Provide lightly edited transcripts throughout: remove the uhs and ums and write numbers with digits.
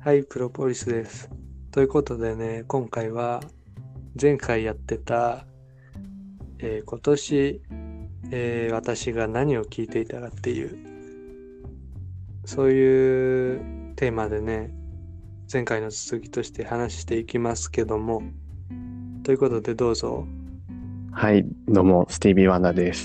はい、プロポリスです。ということでね、今回は前回やってた、今年、私が何を聞いていたかっていう、そういうテーマでね、前回の続きとして話していきますけども、ということでどうぞ。 はい、どうも、スティービー・ワンダーです。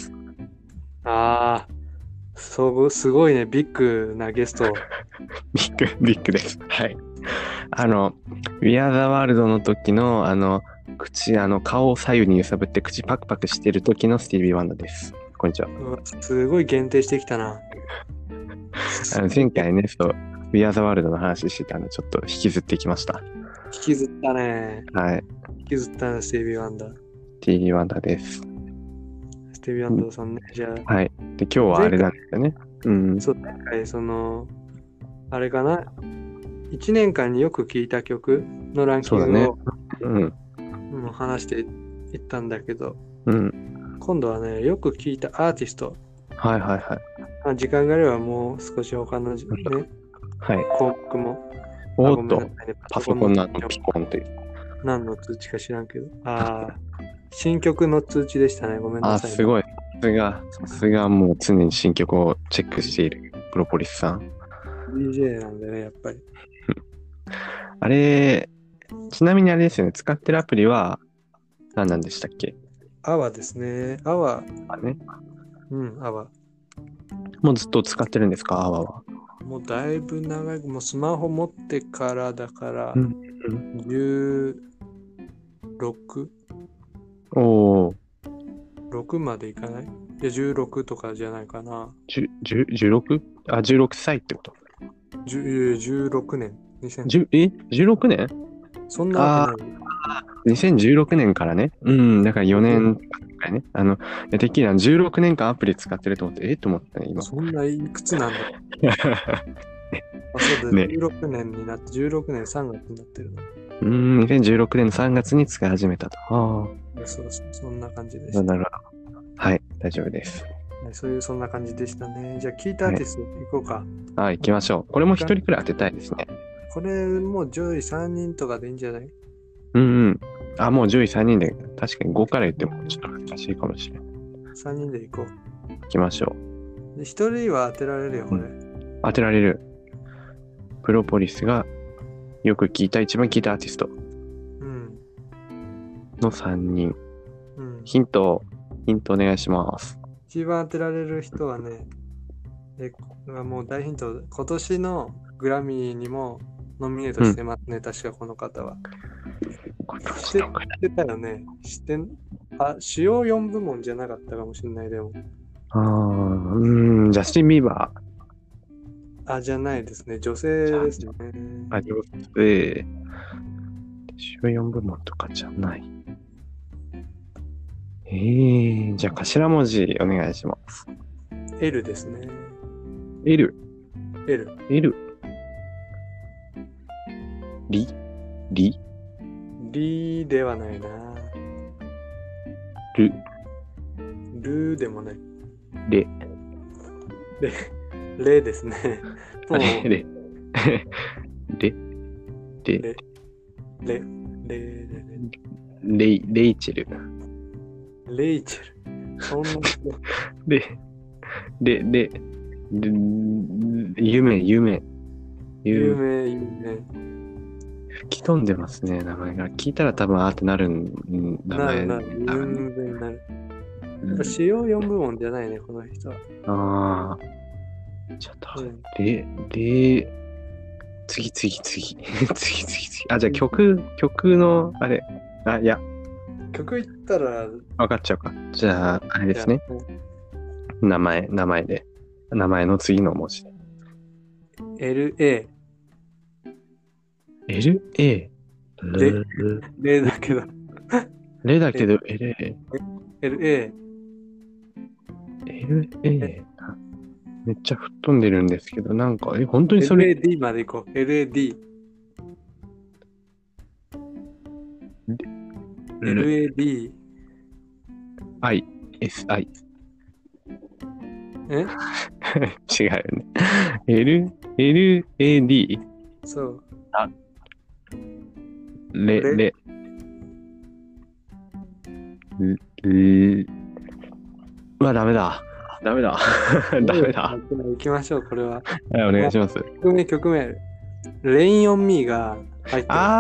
すごいね、ビッグなゲスト。 ビッグです。はい。We Are the World の時の、顔を左右に揺さぶって口パクパクしてる時のスティービー・ワンダーです。こんにちは。 すごい限定してきたな。 前回ね、We Are the World の話してたんで、ちょっと引きずってきました。 引きずったね。 はい。 引きずったね、スティービー・ワンダー。 スティービー・ワンダーです。 スティービー・ワンダーさんね、じゃあ。 はい。で、今日はあれなんですよね。 そう、前回あれかな、1年間によく聴いた曲のランキングを、もう話していったんだけど、今度はね、よく聴いたアーティスト。 はいはいはい。 時間があればもう少し他のね、 はい。 項目も。 おっと、パソコンのピコンという。 何の通知か知らんけど。新曲の通知でしたね。ごめんなさい。 すごい。さすがもう常に新曲をチェックしているプロポリスさん。 DJ なんでね、やっぱり。 あれ、ちなみにあれですよね、使ってるアプリは何なんでしたっけ？ アワですね。アワ。 ね。 アワ。 もうずっと使ってるんですか、アワは。 もうだいぶ長い、もうスマホ持ってからだから、16？ 6までいかない？いや、16とかじゃないかな。 16？ 16歳ってこと ？16年。 16年？ そんなわけない。 2016年からね。だから4年くらいね。てっきり16年間アプリ使ってると思って、と思ったね、今。 そんないくつなんだそうだ、16年になって、16年3月になってるの。 2016年の3月に使い始めたと。 そう、そんな感じでした。 なるほど。はい、大丈夫です。 そんな感じでしたね。じゃあ、聞いたアーティスト行こうか。 行きましょう。これも一人くらい当てたいですね。 これもう上位3人とかでいいんじゃない？ もう上位3人で、確かに5から言ってもちょっと難しいかもしれない。 3人で行こう。行きましょう。で、1人は当てられるよ、これ。 当てられる。プロポリスがよく一番聞いたアーティスト。の3人。ヒントお願いします。 一番当てられる人はね、もう大ヒント、今年のグラミーにもノミネートしてますね、確かこの方は。知ってたよね。主要4部門じゃなかったかもしれない、でも。 ジャスティン・ビーバー。じゃないですね。女性ですね。 女性。主要4部門とかじゃない。じゃあ頭文字お願いします。 L ですね。 L。 リではないな。ルでもない。レですね。 レイチェル。 そんな夢。吹き飛んでますね、名前が。聞いたら多分ってなる名前。 なる。やっぱ主要4部門じゃないね、この人は。 ちょっと、次。じゃあ曲の、あれ。いや。 曲言ったら分かっちゃうか。じゃあ、あれですね。名前の次の文字。 LA。 LA？ レだけど。 レだけど、LA。めっちゃ吹っ飛んでるんですけど、なんか、本当にそれ。 LAD まで行こう。LAD。 ISI。 違うよね。LAD。 そう。 レ、 レレ、レ、うわ、ダメだ。ダメだ。ダメだ。 行きましょう、これは。 はい、お願いします。 曲名。レインオンミーが入ってます。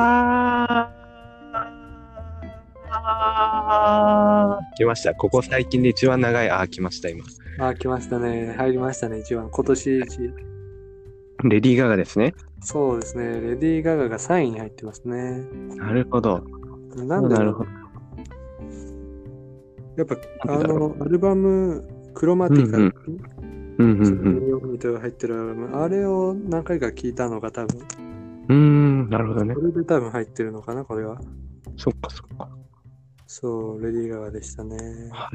来ました。ここ最近で一番長い。来ました、今。 来ましたね。入りましたね、一番。今年一。 レディー・ガガですね。 そうですね。レディー・ガガが3位に入ってますね。 なるほど。 なんでだろう。 なるほど。 やっぱ、アルバム、クロマティカル。レインオンミーと入ってるアルバム。あれを何回か聞いたのが多分。 なるほどね。 それで多分入ってるのかな、これは。 そっかそっか。 そう、レディー・ガガでしたね。 はい。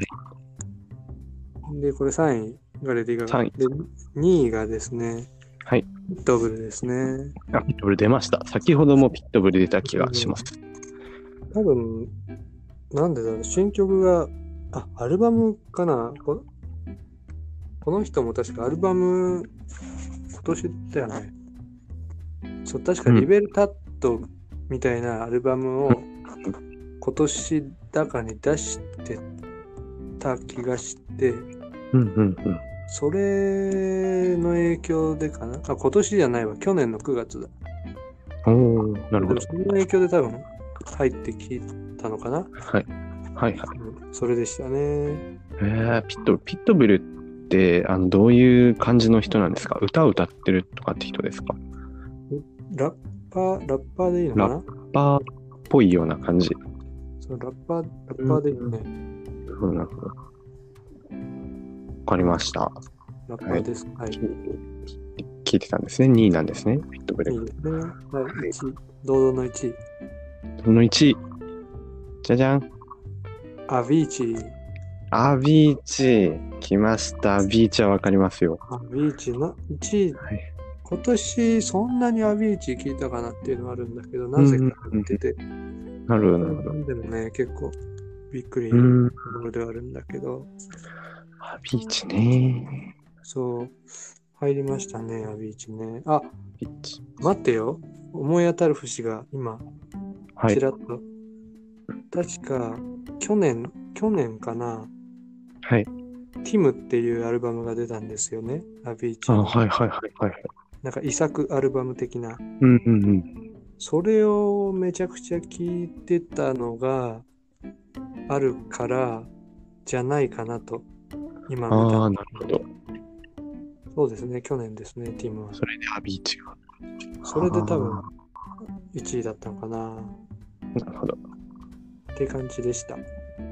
で、これ3位がレディー・ガガ。 3位。 で、2位がですね、 はい。 ピットブルですね。 ピットブル出ました。先ほどもピットブル出た気がします。 多分、なんでだろう、新曲が、アルバムかな。この人も確かアルバム、今年だよね。そう、確かリベルタットみたいなアルバムを今年だかに出してた気がして、それの影響でかな。今年じゃないわ、去年の9月だ。 なるほど。 その影響で多分入ってきたのかな。 はい。はいはい。 それでしたね。 ピットブルってどういう感じの人なんですか？歌を歌ってるとかって人ですか？ ラッパーでいいのかな？ ラッパーっぽいような感じ。 そう、ラッパーでいいね。 なるほど、なるほど。わかりました。 ラッパーです。はい。 聞いてたんですね。2位なんですね。ピットブル。 いいですね。はい。1位。堂々の1位。 その1位。じゃじゃん。 アビーチ。 アビーチ。来ました。アビーチはわかりますよ。 アビーチの1位。はい、今年そんなにアビーチ聞いたかなっていうのはあるんだけど、なぜか入ってて。 なるほど、なるほど。 でもね、結構びっくりなところではあるんだけど。 アビーチね。 そう。入りましたね、アビーチね。待ってよ。思い当たる節が今、ちらっと。確か、去年かな。 はい。 ティムっていうアルバムが出たんですよね、アビーチ。 はい。 なんか遺作アルバム的な。それをめちゃくちゃ聴いてたのがあるからじゃないかなと今見た。 なるほど。 そうですね、去年ですね、ティムは。 それでアビーチが。 それで多分1位だったのかな。 なるほど。 って感じでした。はい。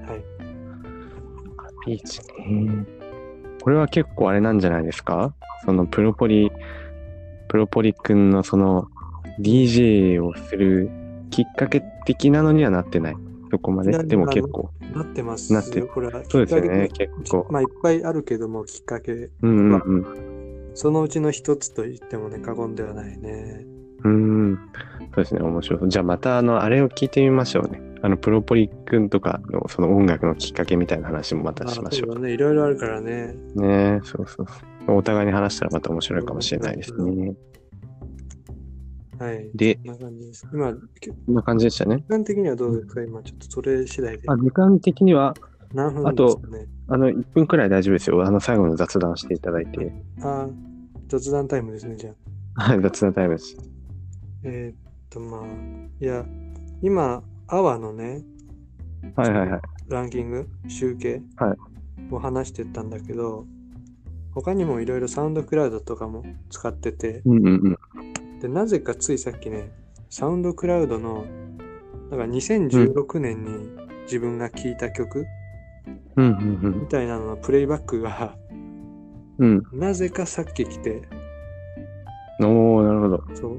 アビーチね。これは結構あれなんじゃないですか？そのプロポリ君のその DJ をするきっかけ的なのにはなってない。そこまで。でも結構。 なってますよ。これはそうですよね、結構。 まあいっぱいあるけども、きっかけ。そのうちの一つと言ってもね、過言ではないね。 そうですね、面白そう。じゃあまたあれを聞いてみましょうね。プロポリ君とかのその音楽のきっかけみたいな話もまたしましょう。 そうだね、いろいろあるからね。 ね、そう。お互いに話したらまた面白いかもしれないですね。 はい。 で、 こんな感じです。 こんな感じでしたね。 時間的にはどうですか？今、ちょっとそれ次第で。 時間的には、 何分ですかね？ あと、1分くらい大丈夫ですよ。最後の雑談していただいて。 雑談タイムですね、じゃあ。はい、雑談タイムです。 まあ、いや、今、アワのね、ランキング、集計を話してったんだけど、他にもいろいろサウンドクラウドとかも使ってて、で、なぜかついさっきね、サウンドクラウドの、だから2016年に自分が聴いた曲、みたいなののプレイバックが、なぜかさっき来て、 なるほど。 そう、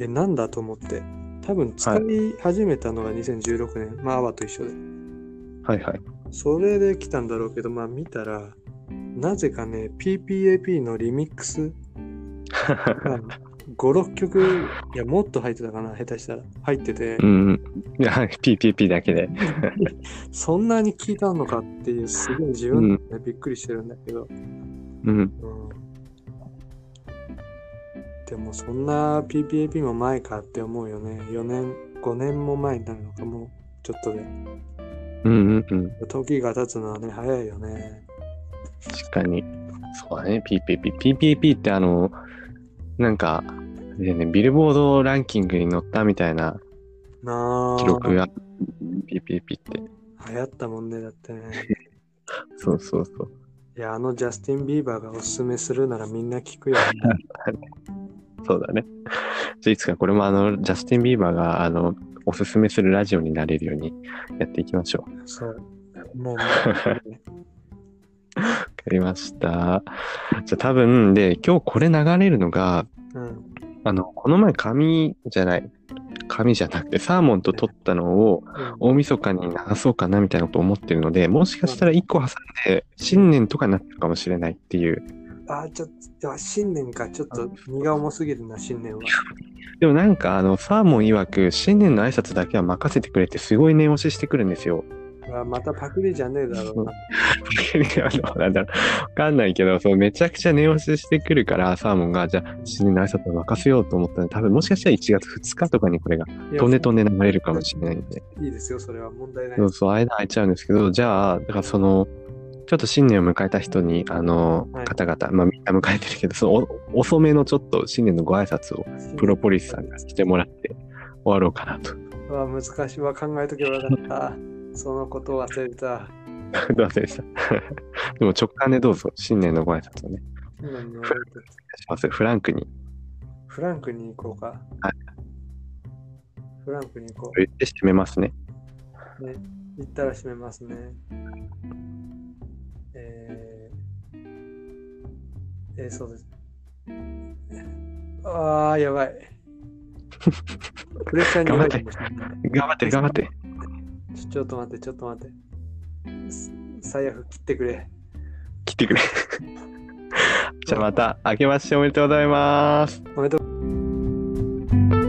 なんだと思って、多分使い始めたのが2016年、まあ、アワと一緒で。それで来たんだろうけど、まあ見たら、なぜかね、PPAP のリミックスが5、6曲、いや、もっと入ってたかな、下手したら。入ってて。 いや、PPP だけで。 そんなに聞いたのかっていう、すごい自分でびっくりしてるんだけど。 でもそんな PPAP も前かって思うよね。4年、5年も前になるのかもうちょっとで。 うんうんうん。 時が経つのはね、早いよね。 確かに。そうだね、PPAP。PPAP ってなんか、ね、ビルボードランキングに載ったみたいななあ。 記録が、PPAP って。 流行ったもんね、だってね。 そうそうそう。 いや、ジャスティン・ビーバーがおすすめするならみんな聞くよ、ね。 そうだね。じゃあいつかこれもジャスティン・ビーバーがおすすめするラジオになれるようにやっていきましょう。 そう。もう、 わかりました。じゃあ多分、で、今日これ流れるのが、 うん。 この前紙じゃなくてサーモンと撮ったのを大晦日に流そうかなみたいなことを思ってるので、もしかしたら1個挟んで新年とかになってるかもしれないっていう。 ちょっと、新年か。ちょっと荷が重すぎるな、新年は。 でもなんかサーモン曰く新年の挨拶だけは任せてくれてすごい念押ししてくるんですよ。 またパクリじゃねえだろうな。 なんだろう。わかんないけど、めちゃくちゃ念押ししてくるから、サーモンが、じゃあ、新年の挨拶を任せようと思ったら、多分もしかしたら1月2日とかにこれが、飛んで流れるかもしれないんで。 いいですよ、それは問題ない。 そう、間空いちゃうんですけど、じゃあ、だからちょっと新年を迎えた人に、方々、まあみんな迎えてるけど、遅めのちょっと新年のご挨拶を、プロポリスさんがしてもらって終わろうかなと。 難しいわ、考えとけばよかった。そのことを忘れた。 忘れた。でも直感でどうぞ、新年のご挨拶をね。フランクに。 フランクに行こうか。 はい。 フランクに行こう。 言って締めますね。 ね、言ったら締めますね。そうです。やばい。プレッシャーに頑張って。頑張って。 ちょっと待って。最悪切ってくれ。 じゃあまた、明けましておめでとうございます。 おめでとう。